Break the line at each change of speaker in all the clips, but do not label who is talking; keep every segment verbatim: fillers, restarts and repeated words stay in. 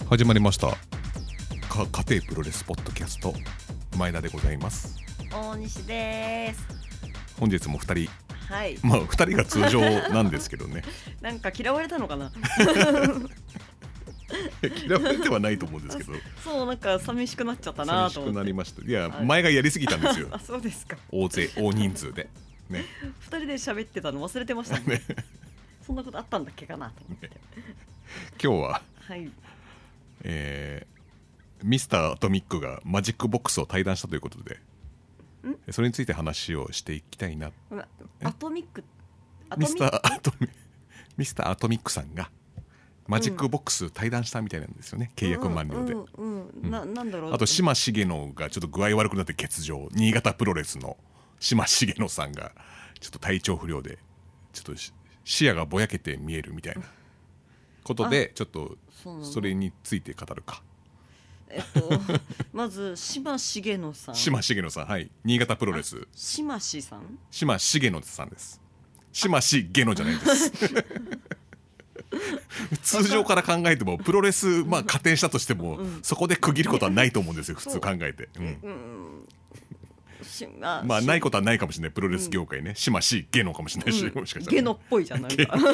始まりましたか家庭プロレスポッドキャスト前田でございます。
大西です。
本日もふたり、
はい、
まあふたりが通常なんですけどね
なんか嫌われたのかな
嫌われてはないと思うんですけど
そうなんか寂しくなっちゃったなと思って。寂しく
なりました。いや前がやりすぎたんですよ
あ、そうですか。
大勢大人数でね
ふたりで喋ってたの忘れてました ね, ねそんなことあったんだっけかなと思って、ね、
今日は、
はい
えー、ミスターアトミックがマジックボックスを退団したということで、それについて話をしていきたいな。
アトミック
ミスターアトミミスターアトミックさんがマジックボックス退団したみたいなんですよね、うん、契約満了で。
なんだろう。
あと島重野がちょっと具合悪くなって欠場。新潟プロレスの島重野さんがちょっと体調不良でちょっと視野がぼやけて見えるみたいなことで、ちょっとそれについて語るか。
えっとまず島重野さん
島重野さん、はい、新潟プロレス。
島重さん
島重野さんです。島重野じゃないです通常から考えてもプロレス、まあ加点したとしても、うん、そこで区切ることはないと思うんですよ、普通考えて。うんうんまあないことはないかもしれない、プロレス業界ね。島重野かもしれないし、
うん、
もしかしたら、ね、
ゲノっぽいじゃないか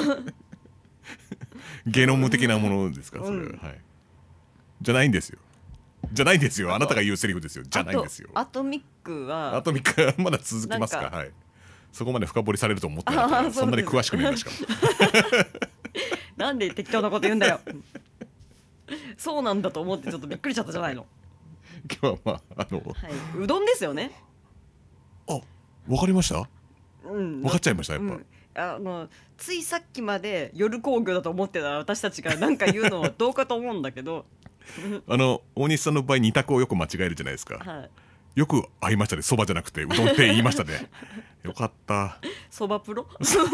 ゲノム的なものですかそれは、うん、はい。じゃないんですよ。じゃないんですよ。あなたが言うセリフですよ。じゃないんですよ。
アトミックは
アトミックはまだ続きますか。はい。そこまで深掘りされると思ってなかったから、そんなに詳しくないですか
なんで適当なこと言うんだよそうなんだと思ってちょっとびっくりしちゃったじゃないの。
今日はまああの、
はい、うどんですよね。
あ、わかりました。
うん、
分かっちゃいましたやっぱ、
うん、あのついさっきまで夜工業だと思ってた私たちが何か言うのはどうかと思うんだけど
あの大西さんの場合二択をよく間違えるじゃないですか、はい、よく合いましたね。そばじゃなくてうどんって言いましたねよかった。
そばプロ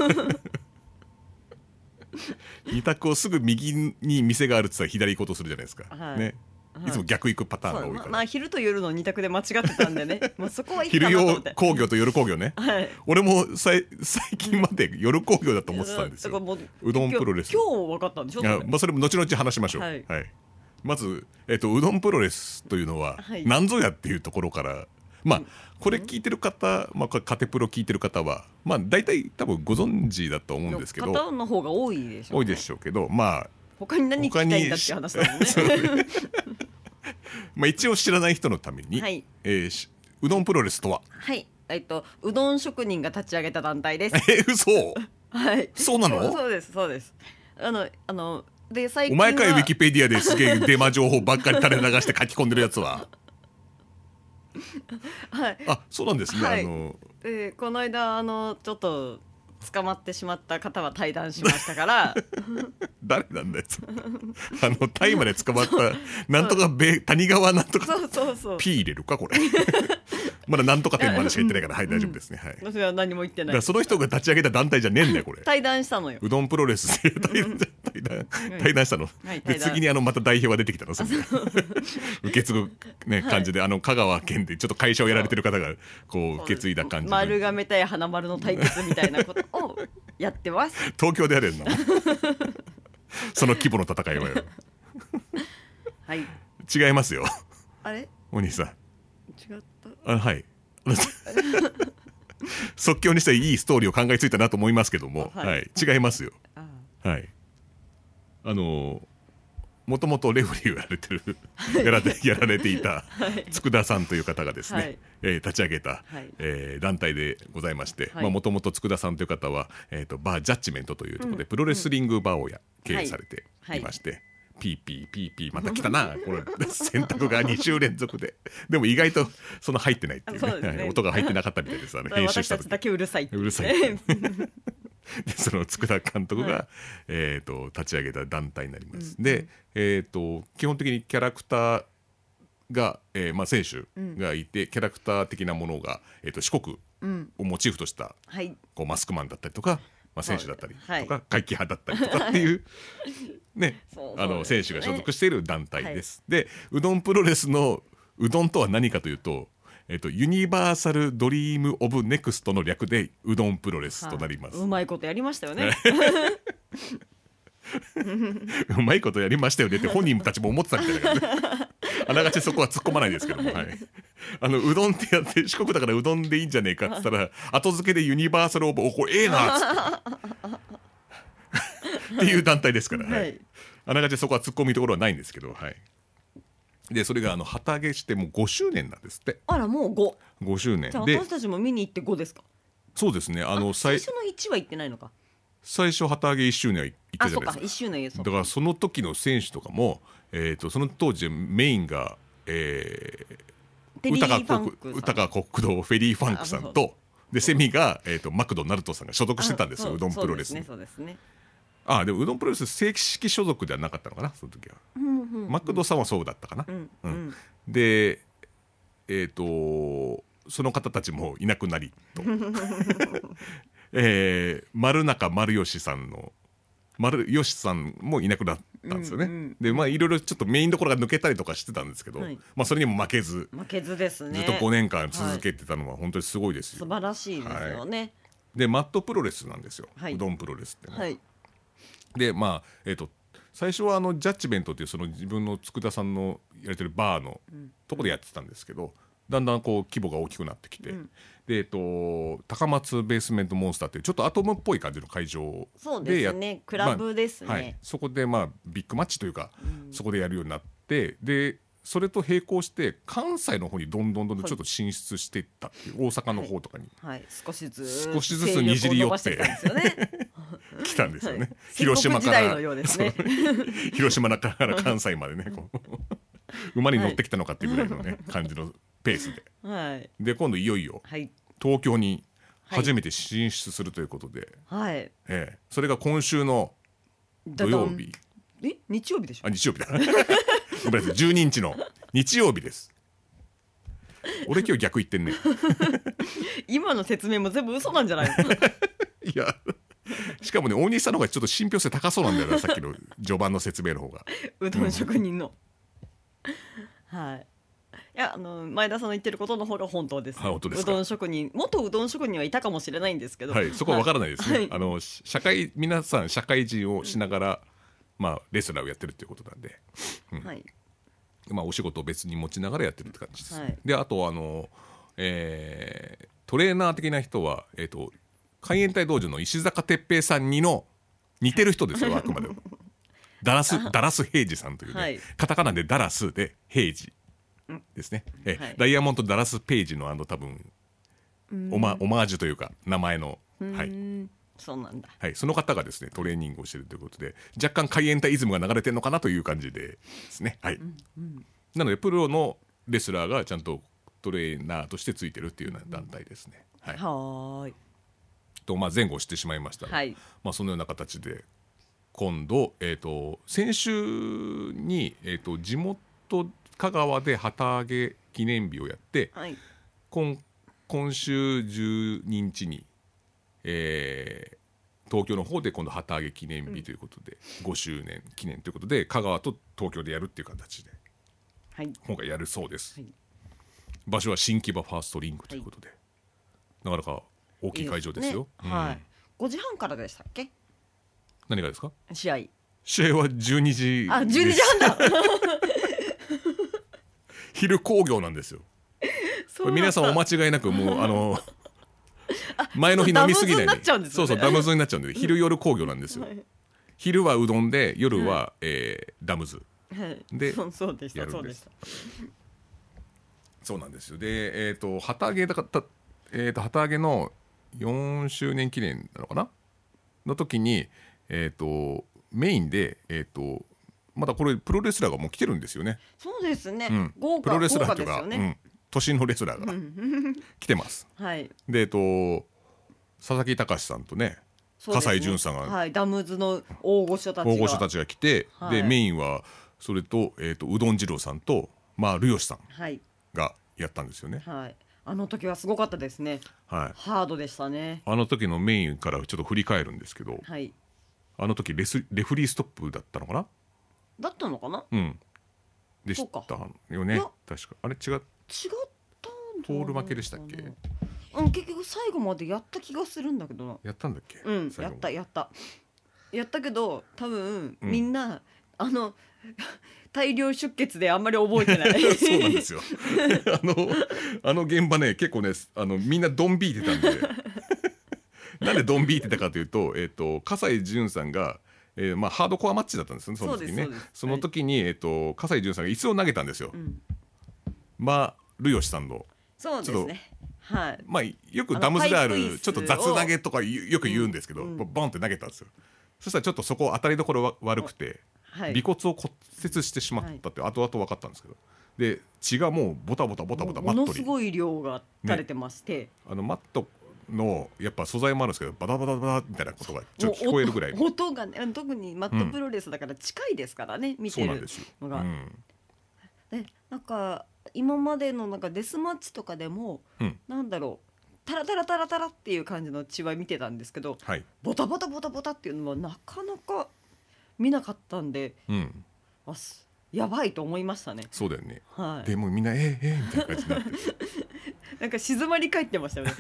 二択をすぐ右に店があるって言ったら左行こうとするじゃないですか、はいね、いつも逆行くパターンが多いから、
ままあ、昼と夜の二択で間違ってたんでねまあそこはいいかなと思って。
昼工業と夜工業ね、はい、俺もさい最近まで夜工業だと思ってたんですよ。う, うどんプロレス。
今日分かったんでしょ。それ、
まあ、それも後々話しましょう、はいはい、まず、えっと、うどんプロレスというのは何ぞやっていうところから、まあ、これ聞いてる方、まあ、カテプロ聞いてる方は、まあ、大体多分ご存知だと思うんですけど、
方の方が多いでしょう、ね、
多いでしょうけど、まあ、
他に何聞きたいんだって話だもんね
まあ一応知らない人のために、はい、えー、うどんプロレスとは、
はい、えっと、うどん職人が立ち上げた団体です。
えー、嘘
はい、
そうなの。
そう、そうですそうです。あのあので最近は
お前かよ、ウィキペディアですげえデマ情報ばっかり垂れ流して書き込んでるやつははい、あ、そうなんですね、はい、あの
でこの間あのちょっと捕まってしまった方は退団しましたから
誰なんだよあの大麻で捕まったなんとか谷川なんとか
そうそうそう
P 入れるかこれまだなんとか点までしか言ってないから、はい、大丈夫ですね、はい、
私は何も言ってない。
だからその人が立ち上げた団体じゃねえんだよこれ。
退団したのよ。
うどんプロレスで退団退団したの、はい、で次にあのまた代表が出てきたの。それで受け継ぐ、ね、感じで、あの香川県でちょっと会社をやられてる方がこう受け継いだ感じで、
丸亀対花丸の対決みたいなことをやってます
東京でやれるのその規模の戦いはよ
はい
違いますよ。
あれ
お兄さん
違った。
あ、はい即興にしたらいいストーリーを考えついたなと思いますけども、はいはい、違いますよ。ああ、はい、あのもともとレフリーをやられてるやられやられていた佃さんという方がですね、はい、えー、立ち上げた、はい、えー、団体でございまして、もともと佃さんという方は、えー、とバージャッジメントというところでプロレスリングバーをや、うん、経営されていまして、はいはい、ピーピーピーピーまた来たなこれ選択がに週連続ででも意外とその入ってないっていう、ね、ね、音が入ってなかったみたいです。あの編集した時
私たちだけうるさいって
うるさいでその佃監督が、はい、えー、と立ち上げた団体になります、うん、で、えー、と基本的にキャラクターが、えーまあ、選手がいて、うん、キャラクター的なものが、えー、と四国をモチーフとした、うん、こうマスクマンだったりとか、まあ、選手だったりとか、はい、会期派だったりとかっていうね、あの選手が所属している団体です、はい、でうどんプロレスのうどんとは何かというと、えっと、ユニバーサルドリームオブネクストの略でうどんプロレスとなります、
はあ、うまいことやりましたよね
うまいことやりましたよねって本人たちも思ってたみたいだからねあながちそこは突っ込まないですけども、はい、あのうどんってやって四国だからうどんでいいんじゃねえかって言ったら後付けでユニバーサルオープンおこれええなっつってっていう団体ですから、はいはい、あながちそこは突っ込みところはないんですけど、はい、でそれがあの旗揚げしてもうごしゅうねんなんですって。
あらもう ご,
ごしゅうねん
じゃあ
で
私たちも見に行ってごですか。
そうですね、あの
最初のいちは行ってないのか。
最初旗揚げいっしゅうねんは行ったじゃないですか。あ、そうかいっしゅうねんだからその時の選手とかも、えー、とその当時メインが、えー、歌川国道フェリーファンクさんとでセミが、えー、とマクドナルドさんが所属してたんですよ、うどんプロレスに。そうですね。あでもうどんプロレス正式所属ではなかったのかなその時は、うんうんうん、マクドさんはそうだったかな、うんうん、でえっ、ー、とその方たちもいなくなりとえー、丸中丸吉さんの丸吉さんもいなくなったんですよね、うんうん、でまあいろいろちょっとメインどころが抜けたりとかしてたんですけど、はい、まあそれにも負けず
負けずですね、
ずっとごねんかん続けてたのは本当にすごいですよ、
はい、素晴らしいですよね、はい、
でマットプロレスなんですよ、はい、うどんプロレスって、はい、でまあえっ、ー、と最初はあのジャッジメントっていうその自分の佃さんのやれてるバーのとこでやってたんですけど、だんだんこう規模が大きくなってきて、うん、でえっと、高松ベースメントモンスターっていうちょっとアトムっぽい感じの会場でや
そうですねクラブですね、
まあはい、そこでまあビッグマッチというか、うん、そこでやるようになってでそれと並行して関西の方にどんどんどんどんちょっと進出していったっていう、はい、大阪の方とかに、
はいはい、少しずつ
少しずつにじり寄って来たんですよね、はい、広島から、ね、広島から関西までねこう馬に乗ってきたのかっていうぐらいのね、はい、感じのペースで、はい、で今度いよいよ東京に初めて進出するということで、はいええ、それが今週の土曜日
え日曜日でしょ。
あ日曜日だごめんなさいじゅうににちの日曜日です。俺今日逆言ってんね
今の説明も全部嘘なんじゃないの
いやしかもね大西さんの方がちょっと信憑性高そうなんだよなさっきの序盤の説明の方が
うどん職人の、うん、はいいやあの前田さんの言ってることの方が本当です。
本当ですか。
うどん職人元うどん職人はいたかもしれないんですけど、
はい、そこは分からないですね、はい、あの社会皆さん社会人をしながら、うんまあ、レスラーをやってるっていうことなんで、うんはいまあ、お仕事を別に持ちながらやってるって感じです、はい、であとあの、えー、トレーナー的な人は、えーと、海援隊道場の石坂哲平さんにの似てる人ですよあくまでもダラスダラス平次さんというね、はい、カタカナでダラスで平次ですね、えはい、ダイヤモンド・ダラス・ページのあの多分オマ、オマージュというか名前の、はい、
そうなんだ、
はい、その方がですねトレーニングをしているということで若干海援隊イズムが流れてるのかなという感じでですね、はいうんうん、なのでプロのレスラーがちゃんとトレーナーとしてついてるっていうような団体ですね、はい、はーいと、まあ、前後をしてしまいましたが、はいまあ、そのような形で今度、えーと、先週に、えーと、地元香川で旗揚げ記念日をやって、はい、今, 今週じゅうににちに、えー、東京の方で今度旗揚げ記念日ということで、うん、ごしゅうねん記念ということで香川と東京でやるっていう形で、はい、今回やるそうです、はい、場所は新木場ファーストリングということで、はい、なかなか大きい会場ですよ、
いいですね、うんはい、ごじはんからでしたっけ。
何がですか。
試合
試合はじゅうにじです。
あじゅうにじはんだ
昼興行なんですよ。これ皆さんお間違いなくもうあの前の日飲みすぎないで、そうそうダムズになっちゃうんで昼夜興行なんですよ、はい、昼はうどんで夜は、はいえー、ダムズ、はい、で
そうそうでしたそうでした
そうなんですよ。でえっ、ー、と旗揚げだかたえっ、ー、と旗揚げのよんしゅうねん記念なのかなの時にえっ、ー、とメインでえっ、ー、とまだこれプロレスラーがもう来てるんですよね。
そうですね、
うん、
豪華
プロレスラーというか、ねうん都心のレスラーが来てます、はい、でえっと佐々木隆さんとね葛西潤さんが、
はい、ダムズの大御所たちが
大御所たちが来て、はい、でメインはそれと、えー、とうどん二郎さんと、まあ、ルヨシさんがやったんですよね、
はい、あの時はすごかったですね、はい、ハードでしたね。
あの時のメインからちょっと振り返るんですけど、はい、あの時レスレフリーストップだったのかな
だったのかな
うんでしたよね確かあれ違っ
違ったん
トール負けでしたっけ。
うん、結局最後までやった気がするんだけどな。
やったんだっけ。
うんやったやったやったけど多分
うん
みんな、あの大量出血であんまり覚えてない
そうなんですよあのあの現場ね結構ねあのみんなドン引いてたんでなんでドン引いてたかというと、えー、と葛西潤さんが、えーまあ、ハードコアマッチだったんですよねその時ね。
そうですそうです
その時に、えー、と葛西潤さんが椅子を投げたんですよ。
うん、
まあルヨシさんの
そうですね。はい。
まあ、よくダムズである
あのパイプ椅子
ちょっと雑投げとかよよく言うんですけど、
うんうん
ボンって投げたんですよ。そしたらちょっとそこ当たりどころ悪くて、
はい。
尾骨を骨折してしまったって後々分かったんですけど、で血がもうボタボタボタボタマ
も
ットに
のすごい量が垂れてまして、
あのマットのやっぱ素材もあるんですけどバタバタバタみたいなことがちょっと
もう
聞こえるぐらい
音音がね、特にマットプロレスだから近いですからね、見てる
そうなんですよ。
のが。
うん
でなんか今までのなんかデスマッチとかでも、
うん
なんだろう、タラタラタラタラっていう感じの血は見てたんですけど、
はい
ボタボタボタボタっていうのはなかなか見なかったんで、
うん
あすやばいと思いましたね。
そうだよね。
はい。
でもみんなえー、えー、みたいな感じになって
なんか静まり返ってましたよね。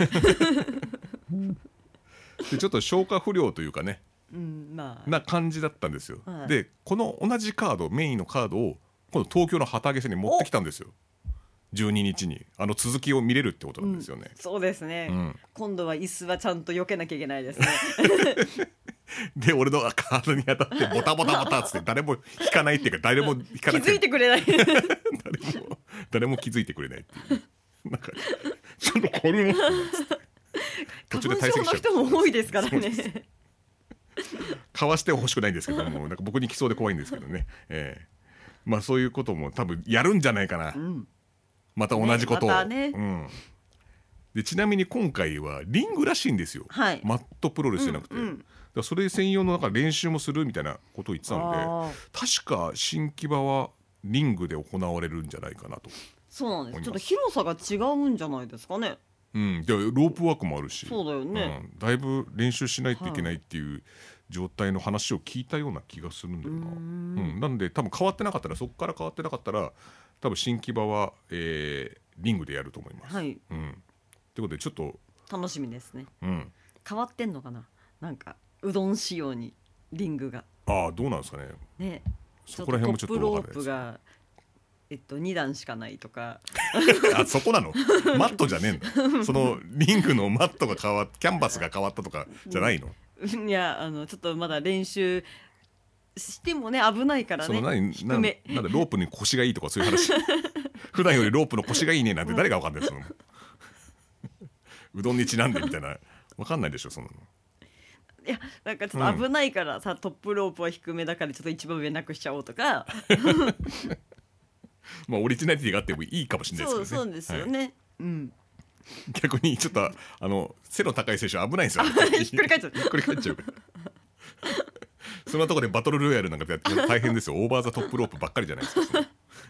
でちょっと消化不良というかね
うん、まあ
な感じだったんですよ。
はい
でこの同じカードメインのカードを今度東京の旗揚げ戦に持ってきたんですよ。じゅうににちにあの続きを見れるってことなんですよね。
そうですね、
うん
今度は椅子はちゃんと避けなきゃいけないですね。
で俺のカードに当たってボタボタボタっつって誰も引かないっていうか誰も引か
気
なくて
づいてくれない。
誰も誰も気づいてくれないっていうなんかちょっとこれも途中で退席しちゃう
花粉症の人も多いですから
そうです
ね。
かわしてほしくないんですけどもなんか僕に来そうで怖いんですけどね、えーまあそういうことも多分やるんじゃないかな、
うん、
また同じことを、
ねまたね
うん、でちなみに今回はリングらしいんですよ、
はい
マットプロレスじゃなくて、
うんうん
だからそれ専用のなんか練習もするみたいなことを言ってたので
あ
確か新木場はリングで行われるんじゃないかなと、
そうなんです。
思います
ちょっと広さが違うんじゃないですかね。
うん、でロープワークもあるし
そうだよね、
うん、だいぶ練習しないといけないっていう状態の話を聞いたような気がするんだよな。
うー
うんん、なんで多分変わってなかったらそこから変わってなかったら多分新木場は、えーリングでやると思います。
はい
うん、ということでちょっと、
楽しみですね。
うん、
変わってんのかな、なんかうどん仕様にリングが
ああどうなんですかね
ね、
そこら辺もちょっと
トップロー
分からないです
プがえっとに段しかないとか。
あそこなのマットじゃねえんだそのリングのマットが変わっキャンバスが変わったとかじゃないの、
いやあのちょっとまだ練習してもね危ないからね。
その何
低め
ななんでロープに腰がいいとかそういう話普段よりロープの腰がいいねなんて誰がわかんないですようどんにちなんでみたいなわかんないでしょそんなの。
いやなんかちょっと危ないからさ、トップロープは低めだからちょっと一番上なくしちゃおうとか。
まあオリジナリティがあってもいいかもしれないですけどね。
そうそうですよ
はい
ね、うん
逆にちょっとあの背の高い選手は危ないんですよ。
ひっくり返っちゃう
ひっくり返っちゃうから。そんなところでバトルロイヤルなんかやって大変ですよ。オーバーザトップロープばっかりじゃないですか。その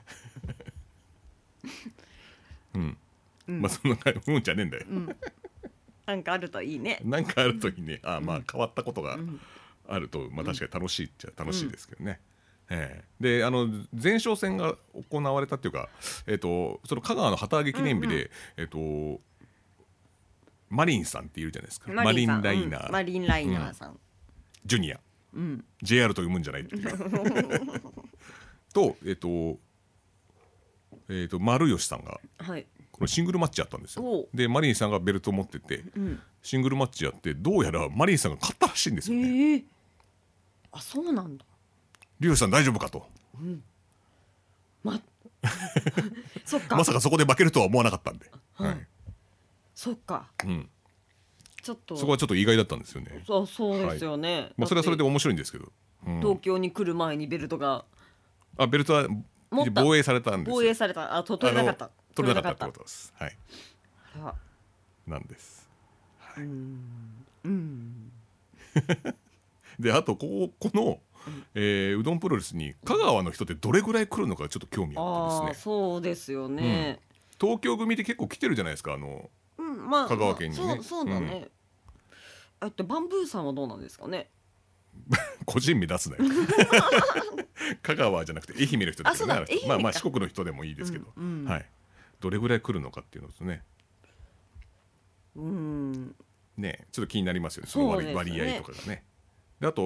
うん。
うん
まあそんな感じうんじゃねえんだよ。
なんかあるといいね。
なんかあるときにね、あまあ変わったことが
ん
あると、まあ確かに楽しいっちゃ楽しいですけどね。ええであの前哨戦が行われたっていうか、えっとその香川の旗揚げ記念日で、えっとマリンさんっているじゃないですか。マリ
さん
ンライナー、
うんマリンライナーさん、
ジュニア、
うん
ジェイアール と読むんじゃないっていうとえっとえっと丸吉さんが
はい、
このシングルマッチやったんです
お
よ
う。
でマリンさんがベルトを持ってて
うん、
シングルマッチやってどうやらマリンさんが勝ったらしいんですよね。
へえ、あそうなんだ。
リュウさん大丈夫かと。
まそっか、
まさかそこで負けるとは思わなかったんで、
はい
はい
そっか、
うん、
ちょっと
そこはちょっと意外だったんですよね。
そうそうですよね、
まあ、それはそれで
だっ
面白いんですけど、うん
て東京に来る前にベルトが
あベルトは
持った
防衛されたんですよ。
防衛された、あと取れなかった、
あの取れなかったってことです。はい、
あ
なんです。
うんうん
であとこここの、えーうどんプロレスに香川の人ってどれぐらい来るのかちょっと興味あ
ああ
ってですね。
そうですよね、
東京組で結構来てるじゃないですか。あの
うんまあ
香川県にね
そうそうだね、あとバンブーさんはどうなんですかね。
個人名出すなよ香川じゃなくて愛媛の人ですよね。
あそうだ愛媛か
まあまあ四国の人でもいいですけど、
うんうん
はい、どれぐらい来るのかっていうのですね。
うん
ねちょっと気になりますよね。その割,、
そうですね
割合とかがね。であと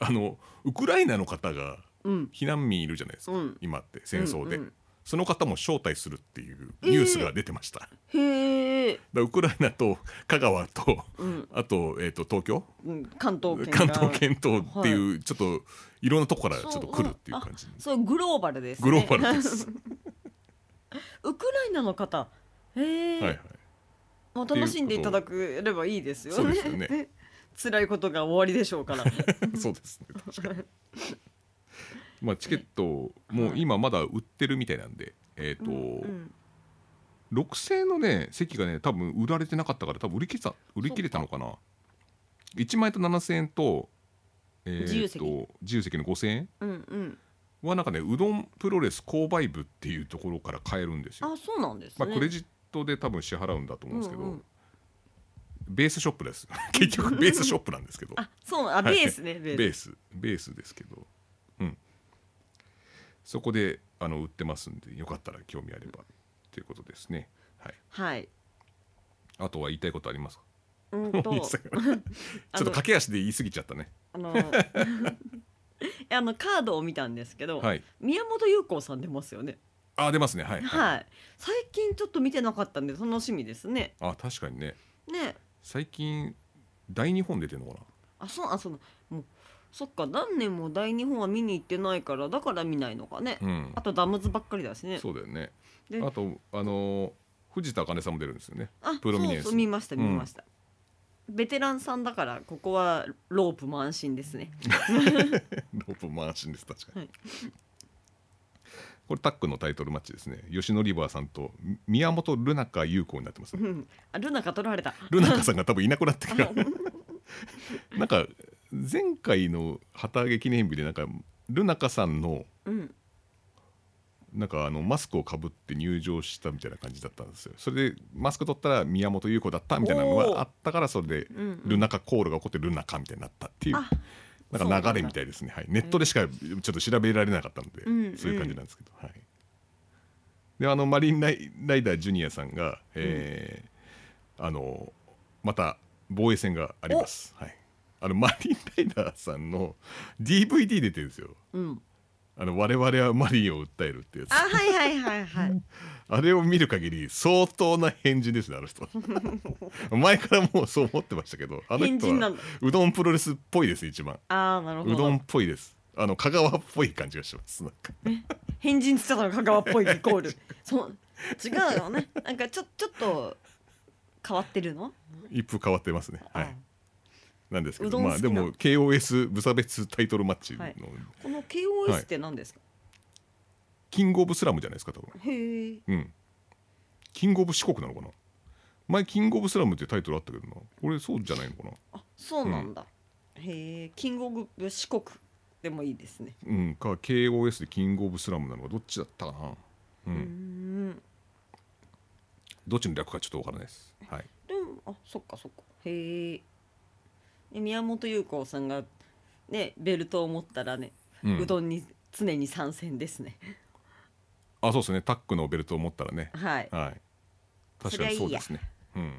あのウクライナの方が
うん
避難民いるじゃないですか、
うん
今って戦争で、
うんうん
その方も招待するっていうニュースが出てました、だか
へえ、
らウクライナと香川と、
うん
あと,、えー、と東京
うん、関東圏が
関東圏とっていう、ちょっといろんなとこからちょっと来るっていう感じ、
そう、グローバルですね。
グローバルです
ウクライナの方、へえ、
はいはい、
まあ、楽しんでいただければいいですよね。
そうですよね
辛いことが終わりでしょうから。
そうですね、確かにまあチケットも今まだ売ってるみたいなんで、えっ、と、
うん
ろくせんえんのね席がね多分売られてなかったから多分売り切れた売り切れたのかな。いちまんえんとななせんえんと、えー、と
自由席
自由席のごせんえん
うんうん
はなんかねうどんプロレス購買部っていうところから買えるんですよ。
あ、そうなんですね。
まあ、クレジットで多分支払うんだと思うんですけど、
うんうん
ベースショップです結局ベースショップなんですけど
あ、そう、あ、ベースね、ベース。
ベースベースですけど、うん、そこであの売ってますんでよかったら興味あればということですね。はい、
はい。
あとは言いたいことありますか？
うんと、
ちょっと駆け足で言い過ぎちゃったね。
あの、あのカードを見たんですけど、
はい、
宮本優子さん出ますよね。
あ出ますね、はい、
はい。最近ちょっと見てなかったんで楽しみですね。
あ確かにね、
ね。
最近大日本出てるのかな。
あ、そう、あ、そう、もうそっか、何年も大日本は見に行ってないからだから見ないのかね。
うん、
あとダムズばっかりだしね。
そうだよね。
で
あとあのー藤田茜さんも出るんですよね。
あ、
プロミネンス
そうそう、見ました見ました、ベテランさんだからここはロープも安心ですね。
ロープも安心です、確かに、
はい、
これタックのタイトルマッチですね。吉野リバーさんと宮本ルナカ優子になってます、ね、
うんあ、ルナカ取られた。
ルナカさんが多分いなくなってからなんか前回の旗揚げ記念日でなんかルナカさんの
うん
なんかあのマスクをかぶって入場したみたいな感じだったんですよ。それでマスク取ったら宮本優子だったみたいなのがあったから、それで
うんうん
ルナカコールが起こってルナカみたいになったっていう
あ
なんか流れみたいですね。はい、ネットでしかちょっと調べられなかったので、
うん
そういう感じなんですけど、はい、であのマリンライライダージュニアさんが、えーあのまた防衛戦があります。はい、あのマリンライダーさんの ディーブイディー 出てるんですよ。
うん
あの我々はマリンを訴えるってやつ。
あ、はいはいはいはい
あれを見る限り相当な変人ですね、あの人前からもうそう思ってましたけど、あの人は
変人なんだ。
うどんプロレスっぽいです。一番
あー、なるほど。
うどんっぽいです。あの香川っぽい感じがします。なんか
変人って言ってたの香川っぽいイコールそう違うよね。なんかちょちょっと変わってるの。
一風変わってますね。は
あ
い、なんですけ
うどん好きな
どまあでも ケーオーエス 無差別タイトルマッチの、
はい、この ケーオーエス って何ですか？
キングオブスラムじゃないですか多分。
へえ。
うんキングオブ四国なのかな。前キングオブスラムってタイトルあったけどな、これそうじゃないのかな。
あ、そうなんだ、へえ。キングオブ四国でもいいですね。
うんか ケーオーエス でキングオブスラムなのかどっちだったかな。う
うんーん
どっちの略かちょっとわからないです。はい、
でもあ、そっかそっか。へえ。で宮本優子さんがねベルトを持ったらね、
うん
うどんに常に参戦ですね。
あそうですね、タックのベルトを持ったらね、
はい
はい、確かにそうですね。
そ
うん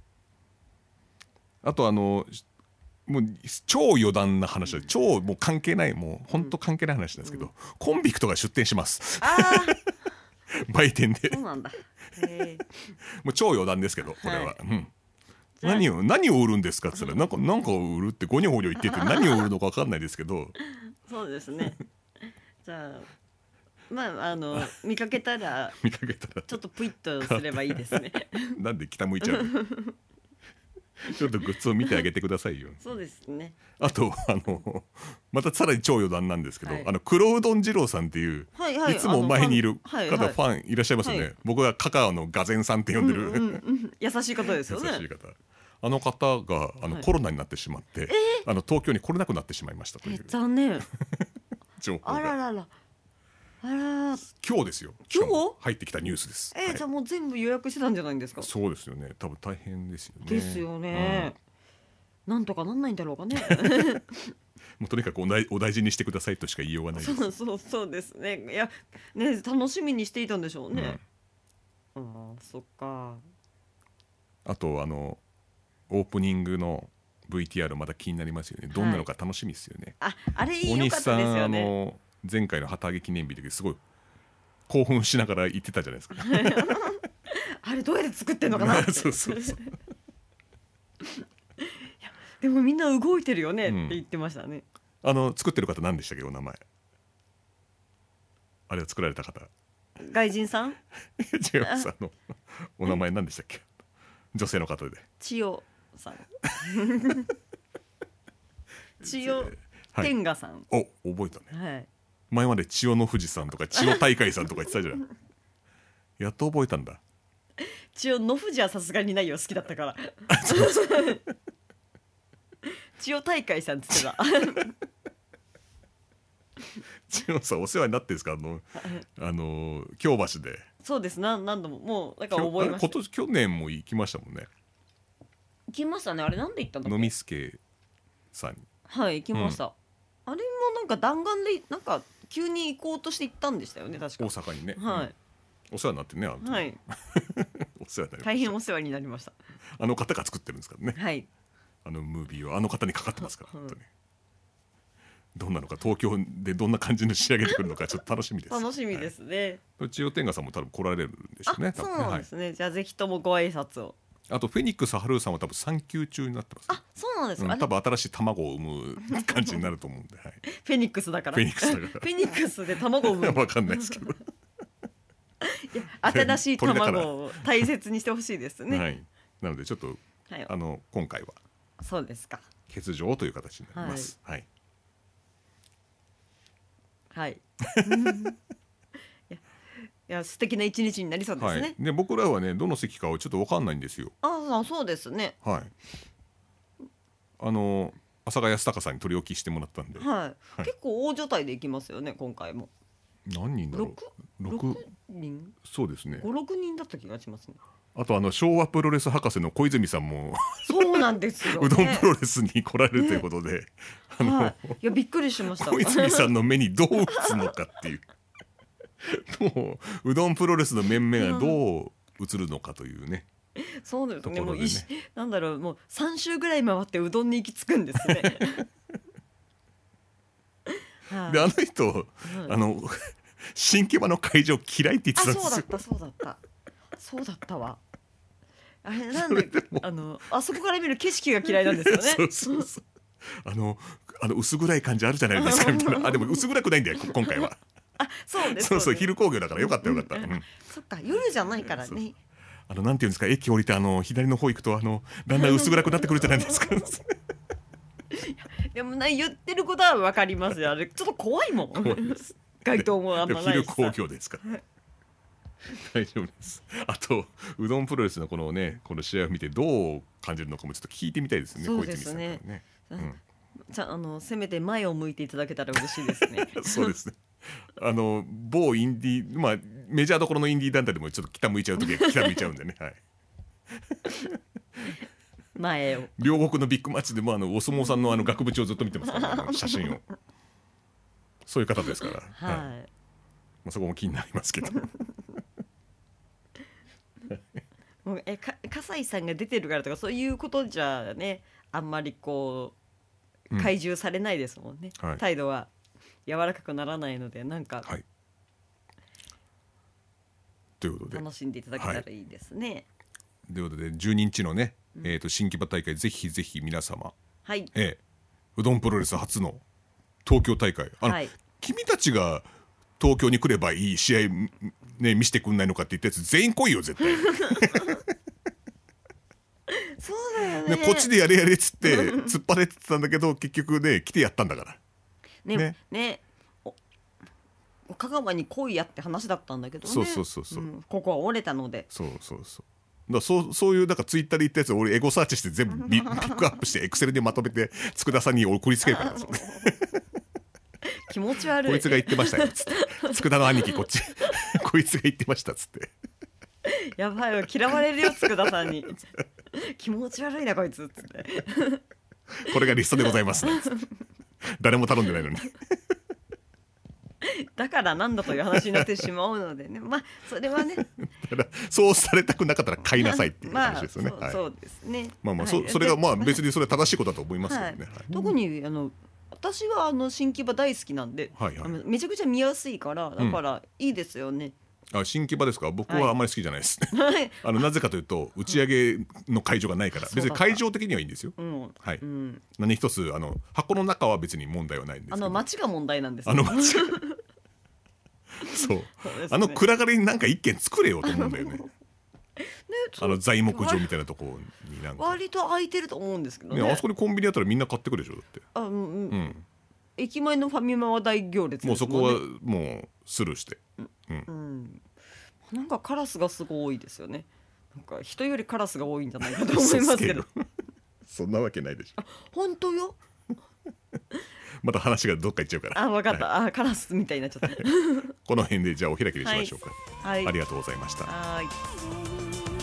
あとあのもう超余談な話で、超もう関係ない、もう本当関係ない話なんですけど、コンビクトが出店します
ああ
売店で
そうなんだ。へえ。
もう超余談ですけどこれは、
はい
うん、
じゃあ
何を何を売るんですかって言ったらなんかなんかを売るってゴニョゴニョ言ってて何を売るのか分かんないですけど
そうですね。じゃあまああの見かけたら
見かけたら
ちょっとプイッとすればいいですね。
なんで北向いちゃうのちょっとグッズを見てあげてくださいよ。
そうですね。
あとあのまたさらに超余談なんですけど、
はい
あの黒うどん二郎さんっていう、
はいはい
いつも前にいる
あのファンはいはい
方ファンいらっしゃいますよね、
はい
僕がカカオのがぜんさんって呼んでる、
うんうんうん優しい方ですよね。
優しい方、あの方があの、
はい
コロナになってしまって、あの東京に来れなくなってしまいましたとい
え
う
残念。
情報
あら
が
らら。あら。
今日ですよ。
今日
しかも入ってきたニュースです。
えー
はい
じゃあもう全部予約してたんじゃないんですか。
そうですよね、多分大変ですよね。
ですよね。なんとかなんないんだろうかね。
うんもうとにかくお大お大事にしてくださいとしか言いようがないです。
そうそうそうですね。いやね楽しみにしていたんでしょうね。ああそっか。
あとあのオープニングのブイティーアール また気になりますよね。どんなのか楽しみですよね。
あ、あれ
大西
良かったです
さんあ
よね。
の前回の旗揚げ記念日の時すごい興奮しながら言ってたじゃないですか。
あれどうやって作ってんのかなって。
そうそうそう。
でもみんな動いてるよねって言ってましたね。
あの作ってる方何でしたっけ、お名前。あれを作られた方。
外人さん？
違います。あのお名前何でしたっけ。女性の方で。
千代さん。千代天賀さん。
お、覚えたね。
はい。
前まで千代の富士さんとか千代大海さんとか言ってたじゃん。やっと覚えたんだ。
千代の富士はさすがにないよ、好きだったから。千代大海さんっつってた。
千代さんお世話になってるんですか、あのあの京橋で。
そうです、な何度ももうなんか覚えました。
今年去年も行きましたもんね。
行きましたね。あれなんで行ったんだっけ。
のみすけさんに。
はい、行きました、うん、あれもなんか弾丸でなんか急に行こうとして行ったんでしたよね、確か。
大阪にね。
はい、
うん、お世話になってね。あの
はい。
お世話になりました。
大変お世話になりました。
あの方が作ってるんですからね。
はい。
あのムービーはあの方にかかってますから、本当に。どんなのか、東京でどんな感じの仕上げてくるのかちょっと楽しみです。
楽しみですね。
はい、千代天賀さんも多分来られるんでしょうね。
そうなんですね。はい、じゃあぜひともご挨拶を。
あとフェニックスハルーさんは多分産休中になってます、ね。
あ、そうなんですか。
うん、多分新しい卵を産む感じになると思うんで。はい、
フェニックスだから。
フェニックスだから。
フェニックスで卵を産む。
わかんないですけど。い
や、新しい卵を大切にしてほしいですね。
はい。なのでちょっと、はい、あの今回は
そうですか。
欠場という形になります。はい。
はい。はい、いや素敵な一日になりそうですね。
はい、で僕らはねどの席かをちょっと分かんないんですよ。
ああ、そうですね。
はい。あの浅賀康隆さんに取り置きしてもらったんで、
はいはい、結構大所帯で行きますよね今回も。
何人だろう。
ろくにん。
そうですね。
ご、ろくにんだった気がしますね。
あとあの昭和プロレス博士の小泉さんも
そうなんですよ、ね、
うどんプロレスに来られるということで、ね、
あの、はい、いやびっくりしました。
小泉さんの目にどう映つのかっていうもううどんプロレスの面々がどう映るのかというね。
そうですね。もういしなんだろう、もうさん周ぐらい回ってうどんに行き着くんですね。
であの人、はい、あの新木場の会場嫌いって言ってたんですよ。
あ、そうだったそうだったそうだったわ。あれなんであのあそこから見る景色が嫌いなんですよね。
そうそうそう。あのあの薄暗い感じあるじゃないですかみたいな。あでも薄暗くないんだよ今回は。
あ、そうです。
そうそう、昼工業だからよかったよかった。うん、
そっか、夜じゃないからね。
あのなんていうんですか、駅降りてあの左の方行くとあのだんだん薄暗くなってくるじゃないですか。
でもね、言ってることはわかりますよ。あれちょっと怖いもん。街灯もあんまないし。
昼工業ですから。大丈夫です。あとうどんプロレスのこのねこの試合を見てどう感じるのかもちょっと聞いてみたいですね。
そうですね。ね、うん、じゃあのせめて前を向いていただけたら嬉しいですね。
そうですね。あの某インディー、まあメジャーどころのインディー団体でもちょっと北向いちゃう時は北向いちゃうんでね。はい。
前を。
両国のビッグマッチでもあのお相撲さんのあの額縁をずっと見てますから、ね、写真を。そういう方ですから。はい。はい、まあそこも気になりますけど。
もうえか笠井さんが出てるからとかそういうことじゃね、あんまりこう懐柔されないですもんね。うん、はい、態度は柔らかくならないのでなんか、はい、
ということで
楽しんでいただけたらいいですね。はい、
ということでじゅうににちのね、うん、えーと新木場大会ぜひぜひ皆様、
はい、
えー、うどんプロレス初の東京大会、あの、はい、君たちが東京に来ればいい試合、ね、見せてくんないのかって言ったやつ全員来いよ絶対。
そうだよね。
こっちでやれやれっつって突っ張れてたんだけど結局ね来てやったんだから
ね。ねね、香川に来いやって話だったんだけどね。
そうそうそうそう、うん、
ここは折れたので。
そうそうそうだそうそういうだからツイッターで言ったやつを俺エゴサーチして全部ピックアップしてエクセルでまとめて佃さんに送りつけるから
気持ち悪い。
こいつが言ってましたよつって佃の兄貴こっちこいつが言ってましたっつって
やばいよ嫌われるよ佃さんに気持ち悪いなこいつっつって
これがリストでございます誰も頼んでないのに
だからなんだという話になってしまうのでね、まあそれはね
だからそうされたくなかったら買いなさいっていう話ですよね。
まあ、そう、そうですね。
まあまあ、はい、そ, それがまあ別にそれは正しいことだと思いますけどね。はいはい、
特にあの私はあの新木場大好きなんで、はいはい、めちゃくちゃ見やすいからだからいいですよね。
うん、あ、新木場ですか。僕はあんまり好きじゃないですね。はい、あのなぜかというと打ち上げの会場がないから、別に会場的にはいいんですよ。うん、はい、うん、何一つあの箱の中は別に問題はないんですけど、
あの街が問題なんです、
ね、あの街がそう、ね、あの暗がりになんか一軒作れよと思うんだよね。ね、あの材木場みたいなとこになんか
割と空いてると思うんですけど ね,
ねあそこにコンビニあったらみんな買ってくるでしょ。だってあ、うんうん、
うん、駅前のファミマは大行列ですもんね。
もうそこはもうスルーして、うん
うんうん、なんかカラスがすごい多いですよね。なんか人よりカラスが多いんじゃないかと思いますけど
そんなわけないでしょ。
本当よ
また話がどっか行っちゃうから。
あ、分かった、はい、あ、カラスみたいになっちゃった
この辺でじゃあお開きにしましょうか。
はい、
ありがとうございました。
はい。